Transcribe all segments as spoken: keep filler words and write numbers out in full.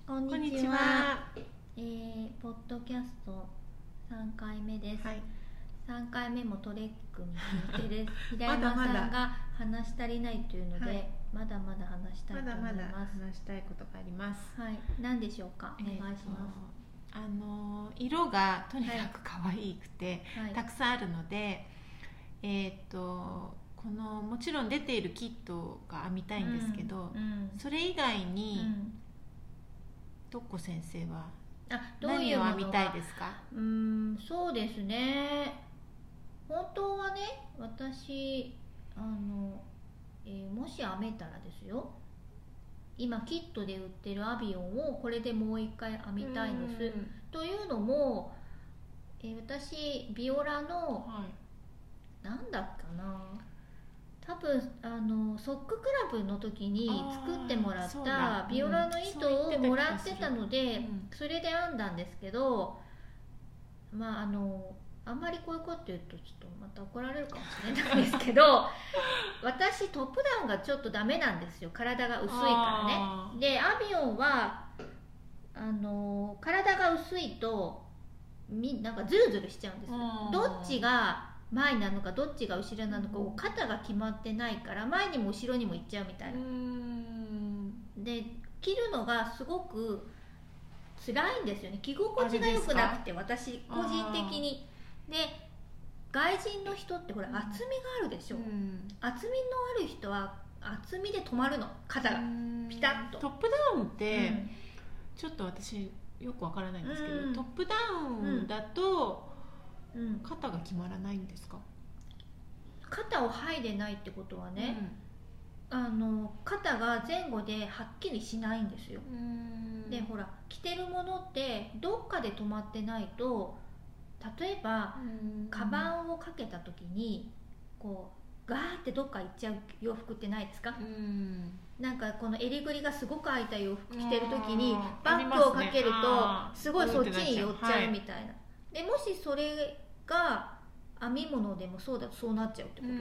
こんにちは。えー、ポッドキャストさんかいめです、はい、さんかいめもトレックについてです平山さんが話し足りないというのではい、まだまだ話したいと思います。 まだまだ話したいことがあります。 はい、何でしょうか。お願いします。 えー、あの色がとにかく可愛くて、はい、たくさんあるので、えー、っとこのもちろん出ているキットが編みたいんですけど、うんうん、それ以外に、うんとっこ先生は何を編みたいですか？ うーん、そうですね。本当はね、私あの、えー、もし編めたらですよ。今キットで売ってるアビオンをこれでもう一回編みたいんです。というのも、えー、私ビオラの、はい、なんだっかな。多分あのソッククラブの時に作ってもらったビオラの糸をもらってたので、それで編んだんですけど、まああのあんまりこういうこと言うとちょっとまた怒られるかもしれないですけど私トップダウンがちょっとダメなんですよ。体が薄いからね。でアビオンはあの体が薄いとみなんかズルズルしちゃうんですよ。どっちが前なのかどっちが後ろなのか、うん、肩が決まってないから前にも後ろにも行っちゃうみたいな。うーんで着るのがすごく辛いんですよね。着心地が良くなくて、私個人的に。で外人の人ってほら、うん、厚みがあるでしょ、うん、厚みのある人は厚みで止まるの、肩がピタッと。 トップダウンって、うん、ちょっと私よくわからないんですけど、うん、トップダウンだと、うん、肩が決まらないんですか？ 肩を剥いでないってことはね、うん、あの肩が前後ではっきりしないんですよ。うんでほら着てるものってどっかで止まってないと、例えばカバンをかけた時にこうガーってどっか行っちゃう洋服ってないですか？うんなんかこの襟ぐりがすごく開いた洋服着てる時にバッグをかけるとすごいそっちに寄っちゃうみたいな。でもしそれが編み物でもそうだとそうなっちゃうってことです。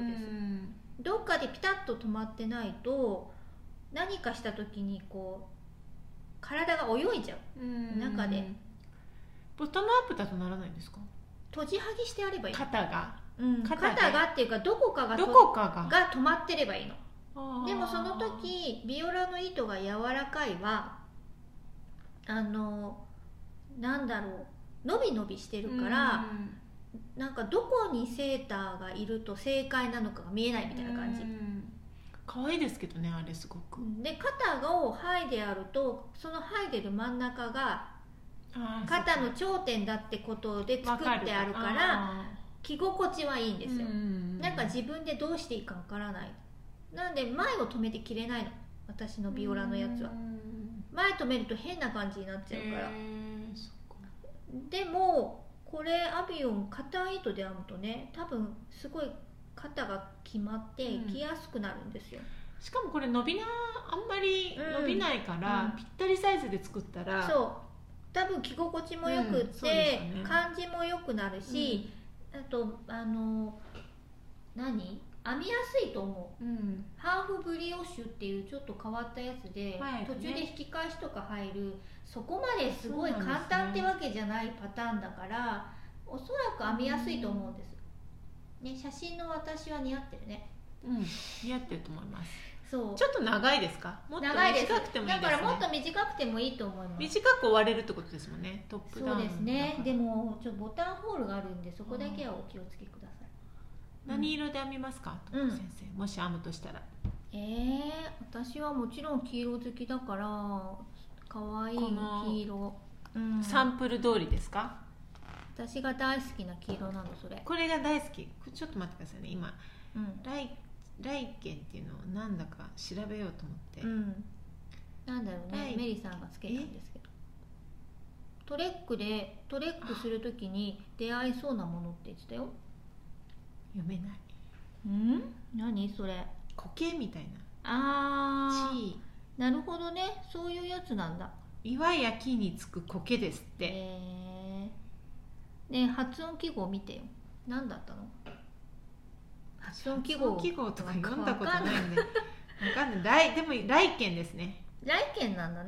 どっかでピタッと止まってないと何かした時にこう体が泳いじゃう。中でボトムアップだとならないんですか？ 閉じはぎしてやればいい。 肩が、 うん、肩, 肩がっていうかどこかがどこかがが止まってればいいの。でもその時ビオラの糸が柔らかいはあのなんだろう伸び伸びしてるから、うん、なんかどこにセーターがいると正解なのかが見えないみたいな感じ。 可愛いですけどね、あれすごく。 で肩を剥いであるとその剥いでる真ん中が肩の頂点だってことで作ってあるから着心地はいいんですよ。なんか自分でどうしていいかわからない。なんで前を止めて着れないの、私のビオラのやつは。前止めると変な感じになっちゃうから。でもこれアビオン硬い糸で編むとね、多分すごい肩が決まって着やすくなるんですよ、 うん、しかもこれ伸びなあんまり伸びないから、うん、ぴったりサイズで作ったらそう多分着心地もよくって、うんね、感じも良くなるし、うん、あとあの何編みやすいと思う、うん、ハーフブリオッシュっていうちょっと変わったやつで、はい、途中で引き返しとか入るそこまですごい簡単ってわけじゃないパターンだから、おそらく編みやすいと思うんです、ね、写真の私は似合ってるね。 うん、似合ってると思います。 そうちょっと長いですか？もっと短くてもいいですね。 だからもっと短くてもいいと思います。 短く終われるってことですもんね、トップダウン。 そうですね。でもちょっとボタンホールがあるんでそこだけはお気をつけください。 何色で編みますか、トップ先生、うん、もし編むとしたら。 えー、私はもちろん黄色好きだから可愛い黄色、 うん、サンプル通りですか？ 私が大好きな黄色なのそれ。 これが大好き。ちょっと待ってくださいね今、うん、ライライケンっていうのをなんだか調べようと思って、うん、 なんだろうね、メリさんがつけたんですけど、トレックでトレックするときに出会いそうなものって言ってたよ。 読めない。 うん何それ？ 苔みたいな。 あーなるほどね、そういうやつなんだ。 岩や木につく苔ですって。 へー。ね、発音記号見てよ。何だったの？発音記号記号とか読んだことないんでわかんない。ライでもライケンですね。 ライケンなんだね。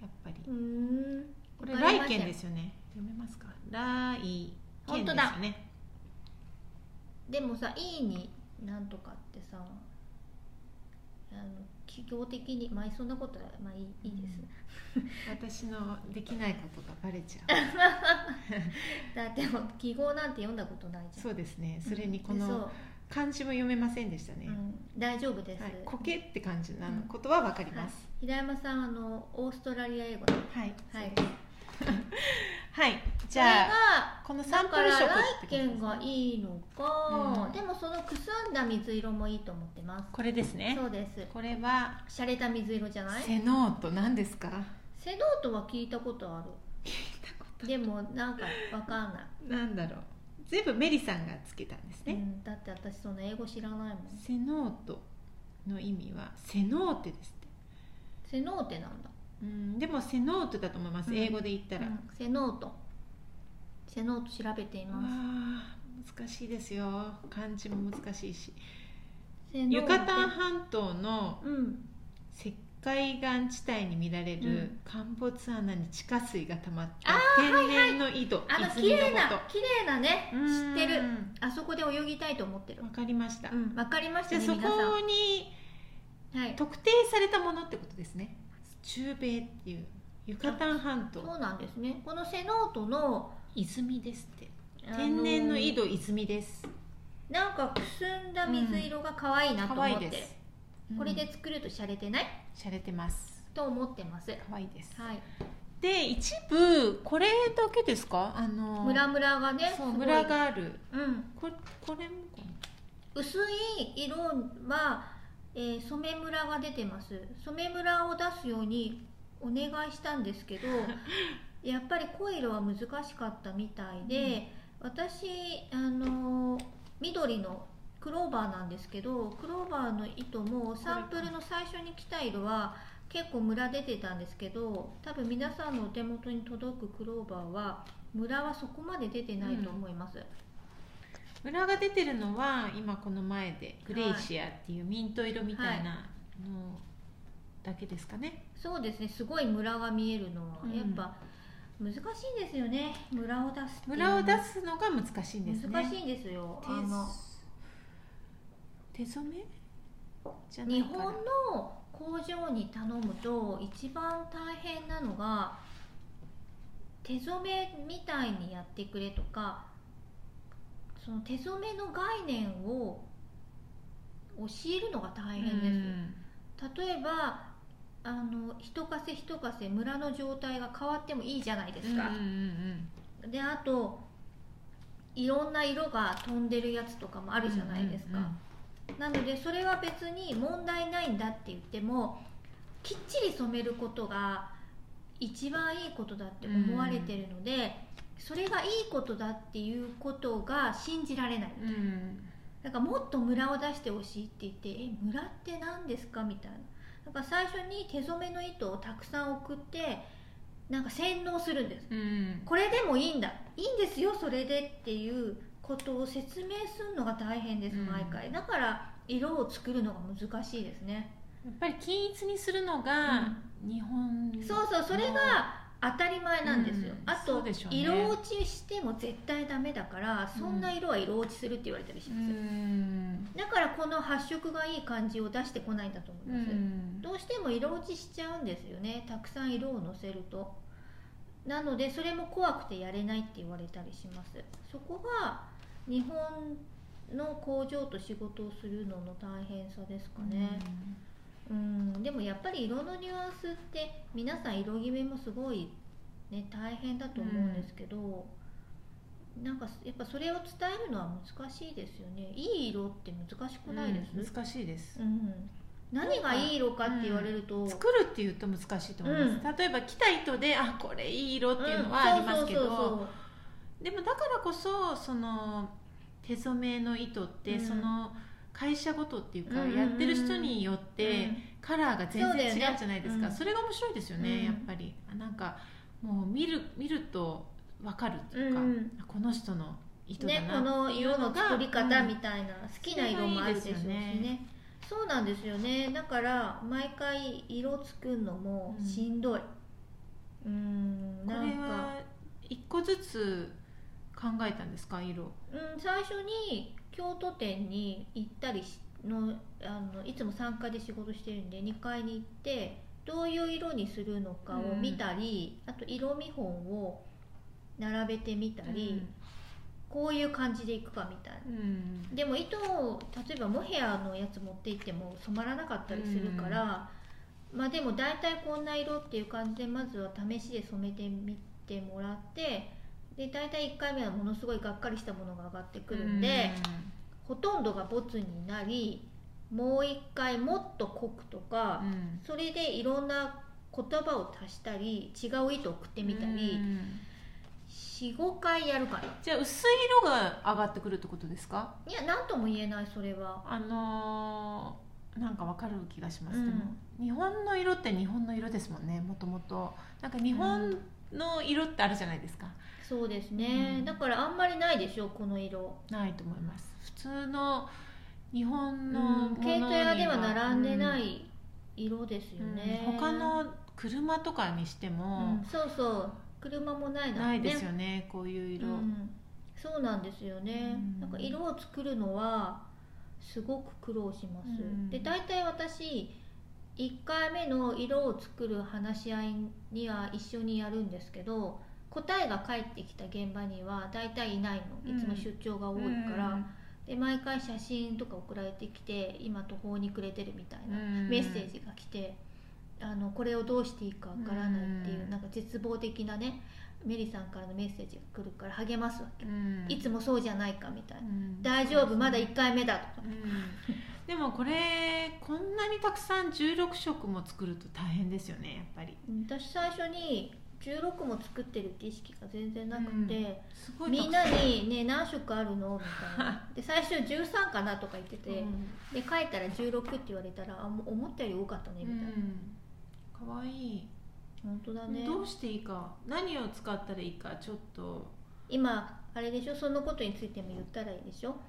やっぱり。 うーん、 これ来県ですよね。読めますか？来県ですよね。 でもさ、いいになんとかってさ、あの企業的に、まあそんなことはまあいい、いいです、 うん、私のできないことがバレちゃうだっても記号なんて読んだことないじゃん。 そうですね。それにこの漢字も読めませんでしたね、 うん、大丈夫です、 はい、苔って感じなのことは分かります、 うん、はい、平山さん、あのオーストラリア英語で、 はいはいはい、じゃあこのサンプル色って来県がいいのか、うん、でもそのくすんだ水色もいいと思ってます。 これですね。 そうです。 これは洒落た水色じゃない？ セノート、何ですか？ セノートは聞いたことある。 聞いたことでもなんかわかんない。 なんだろう。全部メリさんがつけたんですね、 うん、だって私その英語知らないもん。 セノートの意味はセノーテですって。 セノーテなんだ。 うん、でもセノートだと思います、うん、英語で言ったら、うん、 セノートセノート調べています。 あ難しいですよ。漢字も難しいし。ユカタン半島の石灰岩地帯に見られる陥没穴に地下水が溜まった天然の井戸、 あの綺麗な綺麗なね、知ってる。あそこで泳ぎたいと思ってる。 わかりました。 うん、わかりましたね。 じゃあそこに特定されたものってことですね。中米っていうユカタン半島。 そうなんですね。このセノートの泉ですって。天然の井戸泉です。 なんかくすんだ水色が可愛いなと思ってる、うん、これで作ると洒落てない？ 洒落てますと思ってます。 可愛いです、 はい、 で一部これだけですか？あのムラムラがね、 そうムラがある、 うん、 これこれも薄い色は、えー、染めムラが出てます。染めムラを出すようにお願いしたんですけどやっぱり濃い色は難しかったみたいで、うん、私あの緑のクローバーなんですけど、クローバーの糸もサンプルの最初に来た色は結構ムラ出てたんですけど、多分皆さんのお手元に届くクローバーはムラはそこまで出てないと思います、 うん、ムラが出てるのは今この前でグレイシアっていうミント色みたいなのだけですかね、はい、 そうですね。すごいムラが見えるのは、うん、やっぱ難しいんですよね。ムラを出すムラを出すのが難しいんですね。 難しいんですよ。あの手染めじゃないかな。日本の工場に頼むと一番大変なのが手染めみたいにやってくれとか、その手染めの概念を教えるのが大変です。例えばあの一かせ一かせムラの状態が変わってもいいじゃないですか、うんうんうん、であといろんな色が飛んでるやつとかもあるじゃないですか、うんうんうん、なのでそれは別に問題ないんだって言ってもきっちり染めることが一番いいことだって思われてるので、うん、それがいいことだっていうことが信じられない、うん、だからもっとムラを出してほしいって言ってえムラって何ですかみたいな。だから最初に手染めの糸をたくさん送ってなんか洗脳するんです、うん、これでもいいんだいいんですよそれでっていうことを説明するのが大変です、うん、毎回。だから色を作るのが難しいですね。 やっぱり均一にするのが日本、 うん、そうそうそれが当たり前なんですよ、うん、あと、ね、色落ちしても絶対ダメだからそんな色は色落ちするって言われたりします、うん、だからこの発色がいい感じを出してこないんだと思います、うん、どうしても色落ちしちゃうんですよね、たくさん色をのせると。なのでそれも怖くてやれないって言われたりします。そこが日本の工場と仕事をするのの大変さですかね、うん、でもやっぱり色のニュアンスって皆さん色決めもすごい、ね、大変だと思うんですけど、うん、なんかやっぱそれを伝えるのは難しいですよね。いい色って難しくないです、 うん、難しいです、 うん、何がいい色かって言われると、 うん、作るっていうと難しいと思います、うん、例えば着た糸であこれいい色っていうのはありますけど、でもだからこそその手染めの糸って、うん、その会社ごとっていうか、うんうんうん、やってる人によってカラーが全然違うじゃないですか。 そ,、ね、それが面白いですよね、うん、やっぱりなんかもう見る見ると分かるっていうか、うん、この人の糸だな、 ね、この色の作り方みたいな、うん、好きな色もあるでしょうしね。そうなんですよね。だから毎回色作るのもしんどい、 うん、 これはいっこずつ考えたんですか、色。 うん、最初に京都店に行ったりしのあのいつもさんがいで仕事してるんでにかいに行ってどういう色にするのかを見たり、うん、あと色見本を並べてみたり、うん、こういう感じでいくかみたいな、うん、でも糸を例えばモヘアのやつ持っていっても染まらなかったりするから、うん、まあでも大体こんな色っていう感じでまずは試しで染めてみてもらって、で大体いっかいめはものすごいがっかりしたものが上がってくるんで、うん、ほとんどがボツになり、もういっかいもっと濃くとか、うん、それでいろんな言葉を足したり違う糸を送ってみたり、うん、よん、ごかいやるかな。 じゃあ薄い色が上がってくるってことですか？ いや、何とも言えない。それはあのー、なんかわかる気がします、うん、でも日本の色って日本の色ですもんね、もともと。なんか日本の色ってあるじゃないですか、 うん、そうですね、うん、だからあんまりないでしょ、この色。 ないと思います。普通の日本のものには、うん、 毛糸屋では並んでない色ですよね、 うん、他の車とかにしても、 うん、そうそう、車もないだろうね。 ないですよね、こういう色、 うん、そうなんですよね、うん、なんか色を作るのはすごく苦労します、うん、で大体私いっかいめの色を作る話し合いには一緒にやるんですけど、答えが返ってきた現場には大体いないの、いつも出張が多いから、うん、で毎回写真とか送られてきて、今途方に暮れてるみたいなメッセージが来て、あのこれをどうしていいかわからないっていう、なんか絶望的なねメリさんからのメッセージが来るから励ますわけ、うん、いつもそうじゃないかみたいな、うん、大丈夫、まだいっかいめだとか、うん、 でもこれこんなにたくさんじゅうろくしょくも作ると大変ですよね、やっぱり。 私最初にじゅうろくも作ってるって意識が全然なくて、うん、みんなに、ね、何色あるのみたいなで最初じゅうさんかなとか言ってて、うん、で書いたらじゅうろくって言われたら、あ、思ったより多かったねみたいな、 うん、かわいい。 本当だね。 どうしていいか、何を使ったらいいか、ちょっと今あれでしょ、そのことについても言ったらいいでしょ。はい。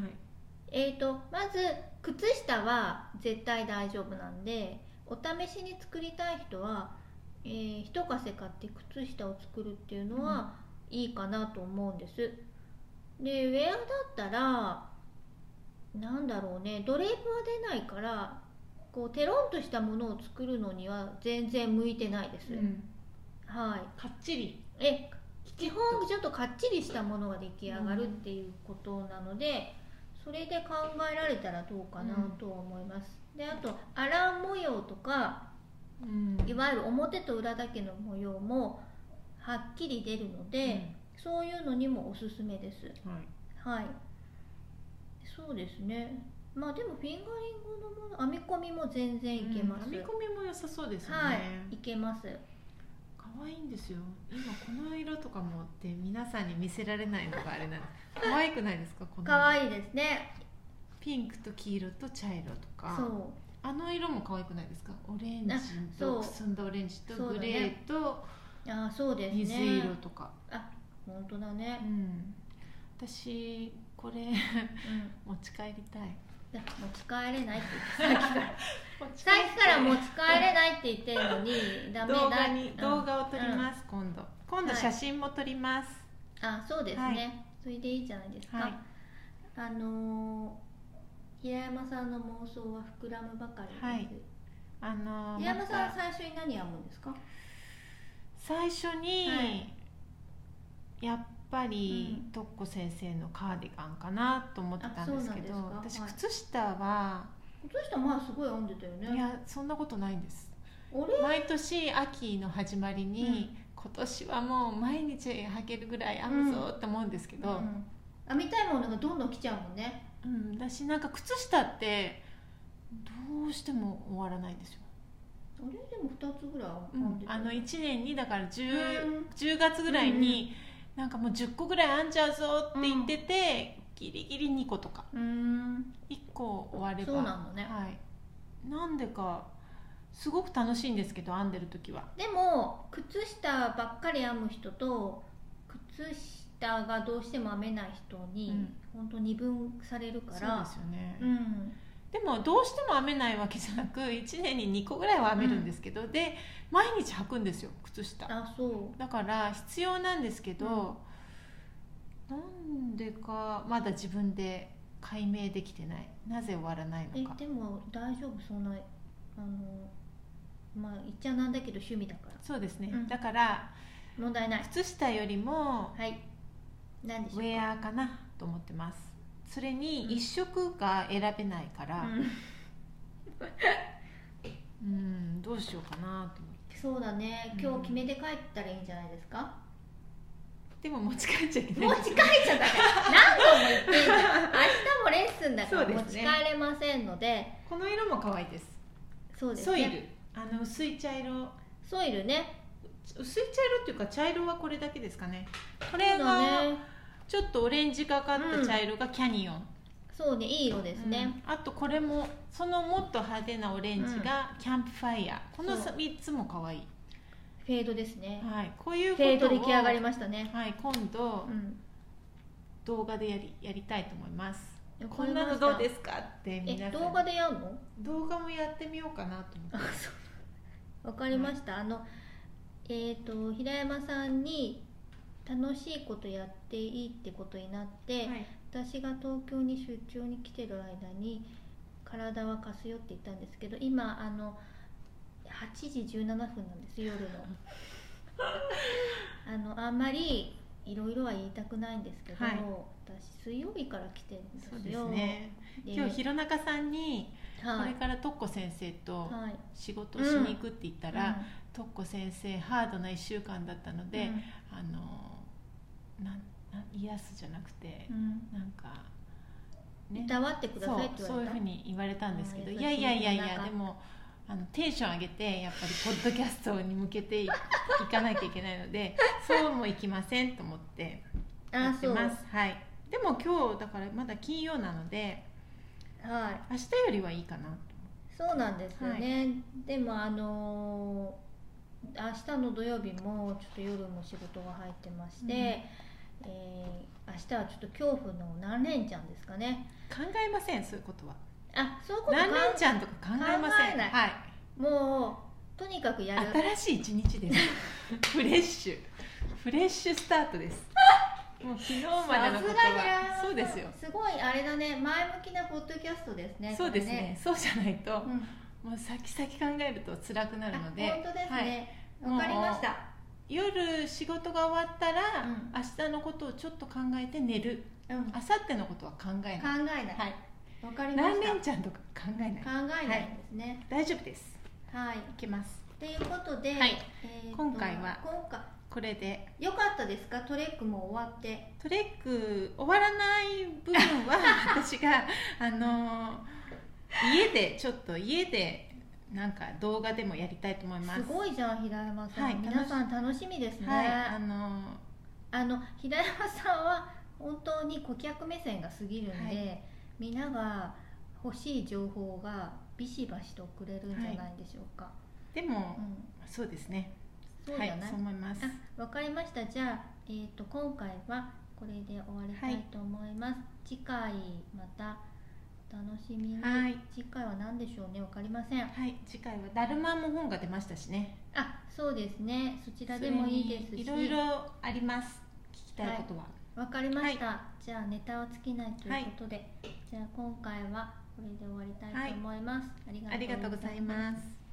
えーとまず靴下は絶対大丈夫なんで、お試しに作りたい人は、えー、一稼買って靴下を作るっていうのはいいかなと思うんです。でウェアだったらなんだろうね、ドレープは出ないからこうテロンとしたものを作るのには全然向いてないです、うん、はい。 かっちり、 え基本ちょっとかっちりしたものが出来上がるっていうことなので、それで考えられたらどうかなと思います、うん、であとアラン模様とか、うん、いわゆる表と裏だけの模様もはっきり出るので、うん、そういうのにもおすすめです、はい、はい、そうですね。まあでもフィンガリングのもの、編み込みも全然いけます、 うん、編み込みも良さそうですよね。 はい、いけます。 可愛いんですよ。今この色とかもって皆さんに見せられないのがあれなんです。可愛くないですか、この色。 可愛いですね。 ピンクと黄色と茶色とか。 そう。 あの色も可愛くないですか。オレンジとくすんだオレンジとグレーと水色とか。 あ、本当だね。 うん。私これ、うん、持ち帰りたい。 持ち帰れないって言ってさっきからさっきから持ち帰れないって言ってるのにダメだ。 動画に、うん、動画を撮ります、うん、今度今度写真も撮ります、 はい、あ、そうですね、はい、それでいいじゃないですか、はい、あのー、平山さんの妄想は膨らむばかりです、はい、あのー、平山さんは最初に何編むんですか？ 最初に、はい、やっやっぱり、うん、トッコ先生のカーディガンかなと思ってたんですけど、私靴下は靴下前すごい編んでたよね。 いや、そんなことないんです。毎年秋の始まりに、うん、今年はもう毎日履けるぐらい編むぞって思うんですけど、うんうん、 編みたいものがどんどん来ちゃうもんね。 うん、だしなんか靴下ってどうしても終わらないんですよ。 あれでもふたつぐらい編んでた、 うん、あのいちねんにだから 10, じゅうがつぐらいに、うん、なんかもうじゅっこぐらい編んじゃうぞって言ってて、うん、ギリギリにことか、うん、いっこ終われば、 そうなのね、 はい、なんでかすごく楽しいんですけど、編んでる時は。 でも靴下ばっかり編む人と靴下がどうしても編めない人に、うん、本当二分されるから。 そうですよね、 うん、 でもどうしても編めないわけじゃなくいちねんににこぐらいは編めるんですけど、うん、で毎日履くんですよ靴下。 あ、そうだから必要なんですけど、うん、なんでかまだ自分で解明できてない。なぜ終わらないのか。 えでも大丈夫、そんなあのまあ言っちゃなんだけど趣味だから。 そうですね、 うん、 だから問題ない。 靴下よりも、 はい、何でしょうか、 ウェアかなと思ってます。それに一色が選べないから、うん、うんどうしようかなと思って。 そうだね、今日決めて帰ったらいいんじゃないですか。 でも持ち帰っちゃいけない、 持ち帰っちゃダメ何度も言ってんじゃん。明日もレッスンだから持ち帰れませんので。 この色も可愛いです。 そうですね、 ソイル、あの薄い茶色。 ソイルね、 薄い茶色っていうか茶色はこれだけですかね。これがちょっとオレンジがかった茶色がキャニオン、うん、 そうね、いい色ですね、 うん、あとこれもそのもっと派手なオレンジがキャンプファイヤー、うん、このみっつも可愛い。 フェードですね、 はい、こういうことをフェード出来上がりましたね。 はい、今度、うん、動画でやりやりたいと思います。こんなのどうですかって皆さん。 え動画でやるの？ 動画もやってみようかなと思って。 わかりました、はい、あのえっ、ー、と平山さんに楽しいことやっていいってことになって、はい、私が東京に出張に来てる間に体は貸すよって言ったんですけど、今あのはちじじゅうななふんなんです夜のあのあんまりいろいろは言いたくないんですけど、はい、私水曜日から来てるんですよ。そうですね、 今日弘中さんに、はい、これからトッコ先生と仕事をしに行くって言ったら、はいうん、トッコ先生ハードないっしゅうかんだったので、うん、あのなんなん癒すじゃなくて、うん、なんか、 ね、いたわってくださいって言われた。 そう、そういうふうに言われたんですけど、いやいやいやいやでもあのテンション上げてやっぱりポッドキャストに向けて い, いかなきゃいけないのでそうもいきませんと思ってやってます。はい、でも今日だからまだ金曜なので、はい、明日よりはいいかなと。 そうなんですよね、はい、でもあのー、明日の土曜日もちょっと夜も仕事が入ってまして、うんえー、明日はちょっと恐怖の何連チャンですかね。 考えません、そういうことは。 あ、そういうこと何連チャンとか考えません。はい、 もうとにかくやる。 新しい一日ですフレッシュフレッシュスタートです。もう昨日までのことはそうですよ。 すごいあれだね、前向きなポッドキャストですね。 そうですね、ねそうじゃないと、うん、もう先々考えると辛くなるので。 本当ですね、わ、はい、かりました。 夜仕事が終わったら、うん、明日のことをちょっと考えて寝る、うん、明後日のことは考えない。考えない、はい、わかりました。 何連チャンとか考えない。 考えないですね、 はい、大丈夫です。 はい、いけます。 ということで、 はいえー、今回は今回これでよかったですか？トレックも終わって。 トレック終わらない部分は私があの家でちょっと家でなんか動画でもやりたいと思います。 すごいじゃん平山さん、はい、皆さん楽しみですね、 はい、あのあの平山さんは本当に顧客目線が過ぎるんで、はい、みんなが欲しい情報がビシバシとくれるんじゃないでしょうか、はい、でも、うん、そうですね、 そうじゃない、 はい、そう思います。 あ、わかりました。じゃあ、えーと、今回はこれで終わりたいと思います、はい、次回またお楽しみに、はい、次回は何でしょうね、わかりません。 はい、次回はダルマも本が出ましたしね。 あ、そうですね、そちらでもいいですし、 いろいろあります、聞きたいことは。 わ、はい、かりました、はい、じゃあネタは尽きないということで、はい、じゃあ今回はこれで終わりたいと思います、はい、 ありがとうございます。